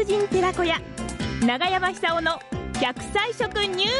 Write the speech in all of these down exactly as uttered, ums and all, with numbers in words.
龍神寺子屋長山久夫の百歳食入門。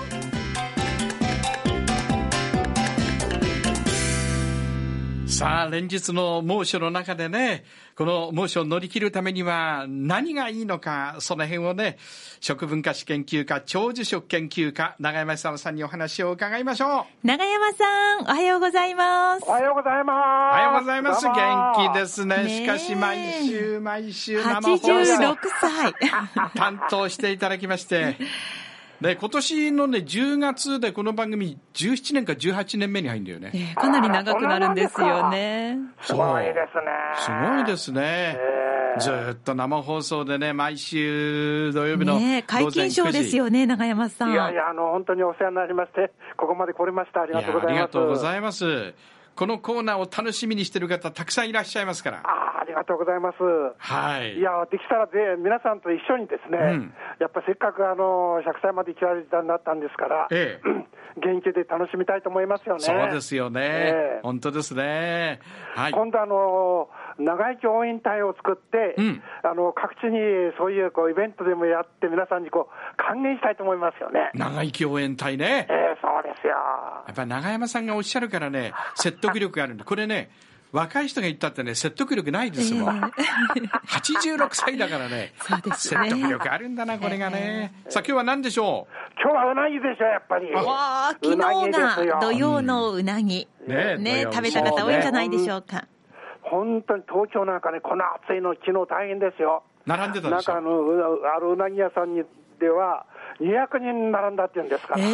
さあ連日の猛暑の中でね、この猛暑を乗り切るためには何がいいのか、その辺をね、食文化史研究家長寿食研究家長山久夫さんにお話を伺いましょう。 長山さん、おはようございます。 おはようございます。 おはようございます。元気ですね。しかし毎週毎週生放送はちじゅうろくさい担当していただきましてね、今年のねじゅうがつでこの番組じゅうななねんかじゅうはちねんめに入るんだよね、 えー、かなり長くなるんですよね。 すごいですね。 すごいですね、えー、ずっと生放送でね、毎週土曜日の午前くじ、 ね、皆勤賞ですよね、長山さん。 いやいや、あの本当にお世話になりまして、ここまで来れました。ありがとうございます。 いや、ありがとうございます。このコーナーを楽しみにしている方たくさんいらっしゃいますから。 あ, ありがとうございます。 はい。 いや、できたらで皆さんと一緒にですね、うん、やっぱせっかくあのひゃくさいまで生きられる時代になったんですから、ええ、元気で楽しみたいと思いますよね。 そうですよね、ええ、本当ですね、はい、 今度あの長生き応援隊を作って、うん、あの各地にそういうこうイベントでもやって皆さんにこう還元したいと思いますよね。 長生き応援隊ね、 えー、そうですよ。 やっぱり長山さんがおっしゃるからね、説得力があるんで、これね、若い人が言ったってね、説得力ないですもん、えー、はちじゅうろくさいだからね。 そうですね、 説得力あるんだな、これがね、えー、さあ今日は何でしょう。 今日はうなぎでしょ、やっぱり。 わあ、昨日が土曜のうなぎ、うん、ね, ね食べた方多いんじゃないでしょうか。 本当に東京なんかね、この暑いの昨日大変ですよ。 並んでたんですか。 なんかあのあるうなぎ屋さんにではにひゃくにん並んだって言うんですから、 えー、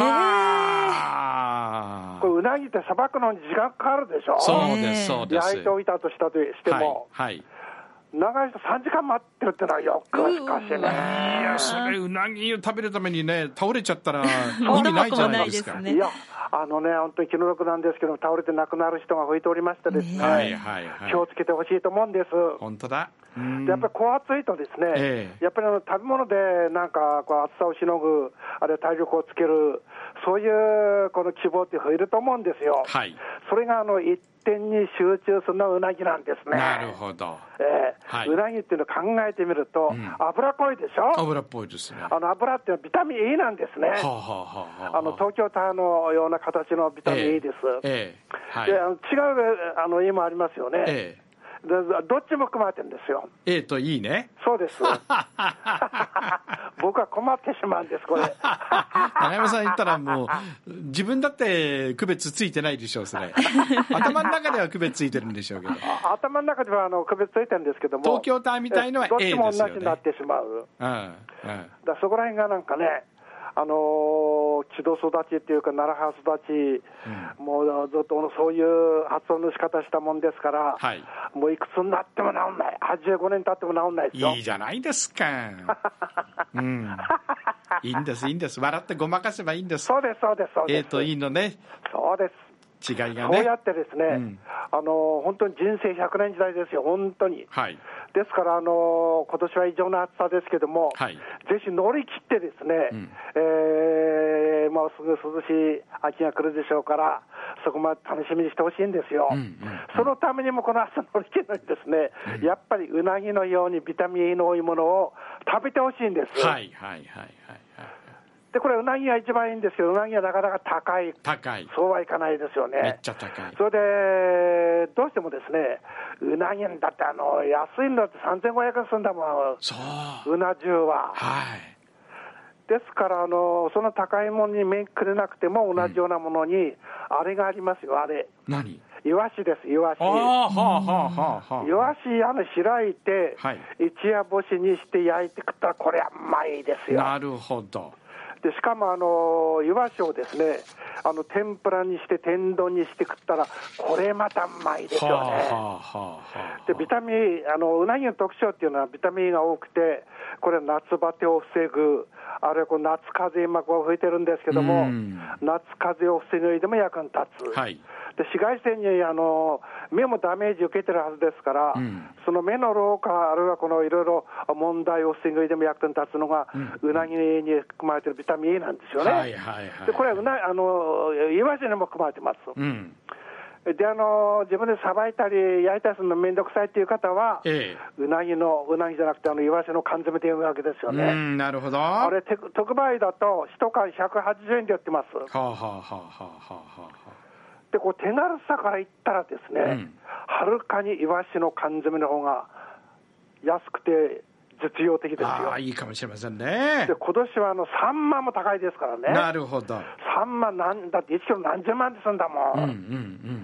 これうなぎってさばくのに時間かかるでしょ。 そうですそうです。 焼いておいたとしたとしても、 はい、はい、 長い人さんじかん待ってるってのはよくしかしね。 いや、それうなぎを食べるためにね、倒れちゃったら意味ないじゃないですか。 いや、あのね、本当に気の毒なんですけど、倒れて亡くなる人が増えておりましてですね、はいはいはい、気をつけてほしいと思うんです。 本当だ。 でやっぱりこう暑いとですね、えー、やっぱりあの食べ物でなんかこう暑さをしのぐ、あるいは体力をつける、そういうこの希望って増えると思うんですよ、はい、それがあの一点に集中するのはうなぎなんですね。 なるほど、 えーはい、うなぎっていうのを考えてみると、うん、脂っこいでしょ。 脂っぽいですね。 あの油っていうのはビタミン E なんですね。はあはあはあ、あの東京タワーのような形のビタミン E です、えーえーはい、であの違うあの E もありますよね、えーどっちも含まれてるんですよ。 A と E ね。 そうです僕は困ってしまうんですこれ長山さん言ったらもう自分だって区別ついてないでしょう。それ頭の中では区別ついてるんでしょうけど頭の中ではあの区別ついてるんですけども、 東京タワーみたいのは A ですよね。 どっちも同じになってしまう、うんうん、だそこら辺がなんかね、あのー、木戸育ちっていうか奈良派育ち、うん、もうずっとそういう発音の仕方したもんですから、はい、もういくつになっても治んない、はちじゅうごねん経っても治んないですよ。 いいじゃないですか、うん、いいんですいいんです、笑ってごまかせばいいんです。 そうですそうですそうです。 A と E のね、 そうです、 違いがね、 そうやってですね、うん、あの本当に人生ひゃくねん時代ですよ本当に、はい、ですからあの今年は異常な暑さですけども、はい、ぜひ乗り切ってですね、うん、えー、もうすぐ涼しい秋が来るでしょうから、そこまで楽しみにしてほしいんですよ、うんうんうん、そのためにもこの暑さ乗り切るのにですね、うん、やっぱりうなぎのようにビタミン E の多いものを食べてほしいんです。 はいはいはいはい、はい、 でこれうなぎが一番いいんですけど、うなぎはなかなか高い、 高い、 そうはいかないですよね。 めっちゃ高い。 それでどうしてもですね、うなぎだってあの安いんだってさんぜんごひゃくえんするんだもん、そううな重は、はい、ですからあのその高いものに目くれなくても同じようなものに、うん、あれがありますよ。あれ何？イワシです。イワシ、あ、はあはあはあ、イワシあの開いて、はい、一夜干しにして焼いて食ったらこれはうまいですよ。 なるほど。 でしかもあのイワシをですね、あの天ぷらにして天丼にして食ったらこれまたうまいですよね。はあはあはあ、でビタミン、あのうなぎの特徴っていうのはビタミンが多くて、これ夏バテを防ぐ、あるいはこう夏風邪今こう吹いてるんですけども、夏風邪を防ぐ上でも役に立つ、はい、で紫外線にあの目もダメージ受けてるはずですから、うん、その目の老化、あるいはこのいろいろ問題を防ぐ上でも役に立つのが、うん、うなぎに含まれているビタミン E なんですよね。はいはいはい、でこれはうなあのイワシにも含まれてます、うん、 であの自分でさばいたり焼いたりするのめんどくさいっていう方は、ええ、うなぎのうなぎじゃなくてあのイワシの缶詰というわけですよね。 うん、なるほど。 あれ特売だといち缶ひゃくはちじゅうえんでやってます。はあ、はあはあはあはあ、 でこう手軽さから言ったらですね、うん、はるかにイワシの缶詰の方が安くて実用的ですよ。 ああ、いいかもしれませんね。 で今年はあのさんまんも高いですからね。 なるほど。 さんまんなんだっていちキロ何十万ですんだもん。うんうんうんうん、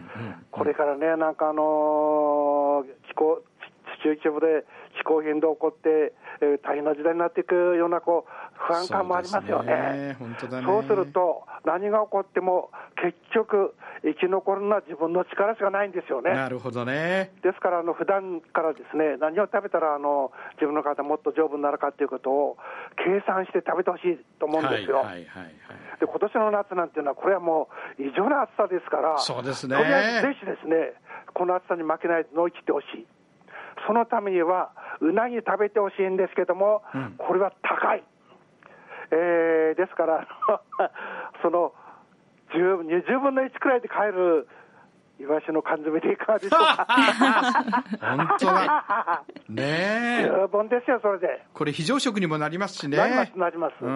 これからね、なんかあのー、気候地球規模で気候変動起こって、えー、大変な時代になっていくようなこう不安感もありますよね。 そうですね。本当だね。 そうすると何が起こっても結局生き残るのは自分の力しかないんですよね。 なるほどね。 ですからあの普段からですね、何を食べたらあの自分の体もっと丈夫になるかということを計算して食べてほしいと思うんですよ。はいはいはいはい、で今年の夏なんていうのはこれはもう異常な暑さですから、 そうですね、 とりあえずぜひですね、この暑さに負けないで乗り切ってほしい。そのためにはうなぎ食べてほしいんですけども、うん、これは高い、えー、ですからそのにじゅうぶんのいちくらいで買えるイワシの缶詰でいかがでしょうか。 本当だねえ、 十分ですよ。それでこれ非常食にもなりますしね。 なりますなります。うん、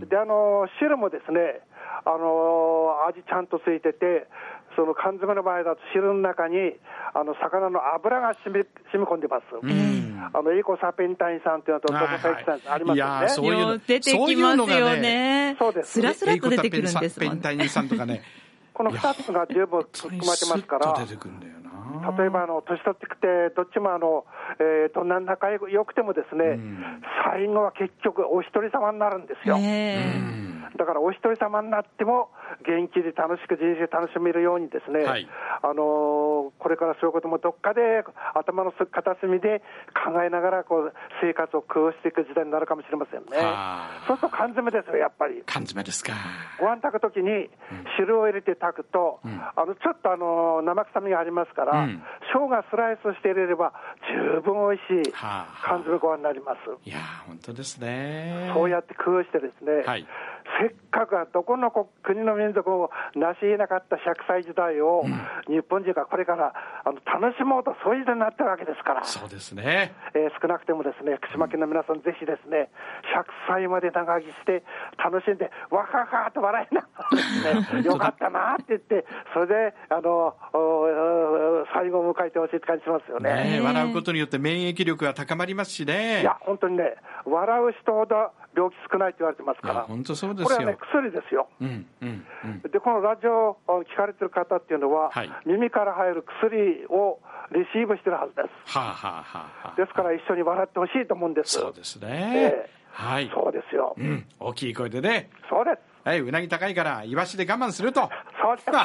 であの汁もですね、あの味ちゃんとついてて、その缶詰の場合だと汁の中にあの魚の脂が染み、染み込んでます。うん、あのエコサペンタイン酸というのとドコサイク酸ありますよね。いや、 そういうの出てきますよね。 そうです。 スラスラと出てくるんですもん。エコサペンタイン酸とかね。 このふたつが十分含まれてますから、例えばあの年取ってきてどっちもあの、えー、どんな仲良くてもですね、うん、最後は結局お一人様になるんですよ。だからお一人様になっても元気で楽しく人生楽しめるようにですね、はい、あのー、これからそういうこともどっかで頭の片隅で考えながらこう生活を工夫していく時代になるかもしれませんね。そうすると缶詰ですよ、やっぱり。 缶詰ですか。 ご飯炊くときに汁を入れて炊くと、うん、あのちょっとあの生臭みがありますから、うん、生姜スライスして入れれば十分おいしい缶詰ご飯になります。 いや本当ですね。 そうやって工夫してですね、はい、せっかくどこの国の民族も成し得なかったひゃくさい時代を、うん、日本人がこれからあの楽しもうとそういう時代になってるわけですから。 そうですね、 えー、少なくてもですね、福島県の皆さん、うん、ぜひですねひゃくさいまで長生きして楽しんでわははと笑いながらですねよかったなって言ってそれであの最後を迎えてほしいって感じしますよ ね, ね。笑うことによって免疫力が高まりますしね。 いや本当にね、笑う人ほど病気少ないって言われてますから。 本当そうですよ。 これはね薬ですよ、うんうんうん、でこのラジオを聞かれてる方っていうのは、はい、耳から入る薬をレシーブしてるはずです、はあはあはあ、ですから一緒に笑ってほしいと思うんです。 そうですね、えーはい、そうですよ、 うん、大きい声でね。 そうです、 はい、うなぎ高いからイワシで我慢すると。 そうですね、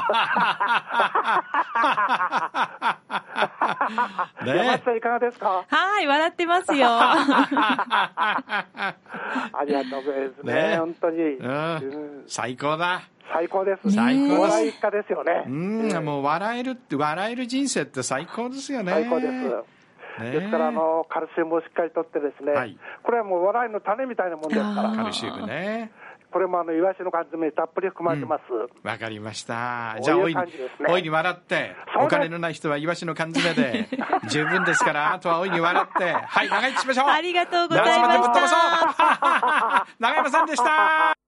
山内さんいかがですか。 はい、笑ってますよ。 ありがとうございますね、ね、本当に、うん、 最高だ。 最高です。 最高です。 笑い一家ですよね。 うん、えー、もう笑えるって笑える人生って最高ですよね。 最高です。ね、ですからあのカルシウムをしっかりとってですね、はい、これはもう笑いの種みたいなもんですから。 カルシウムね。 これもあのイワシの缶詰にたっぷり含まれてます。わ、 うん、かりました。じゃあおいに、おいに笑って、お金のない人はイワシの缶詰で十分ですから、あとはおいに笑って、はい、長生きしましょう。 ありがとうございました。 長山さんでした。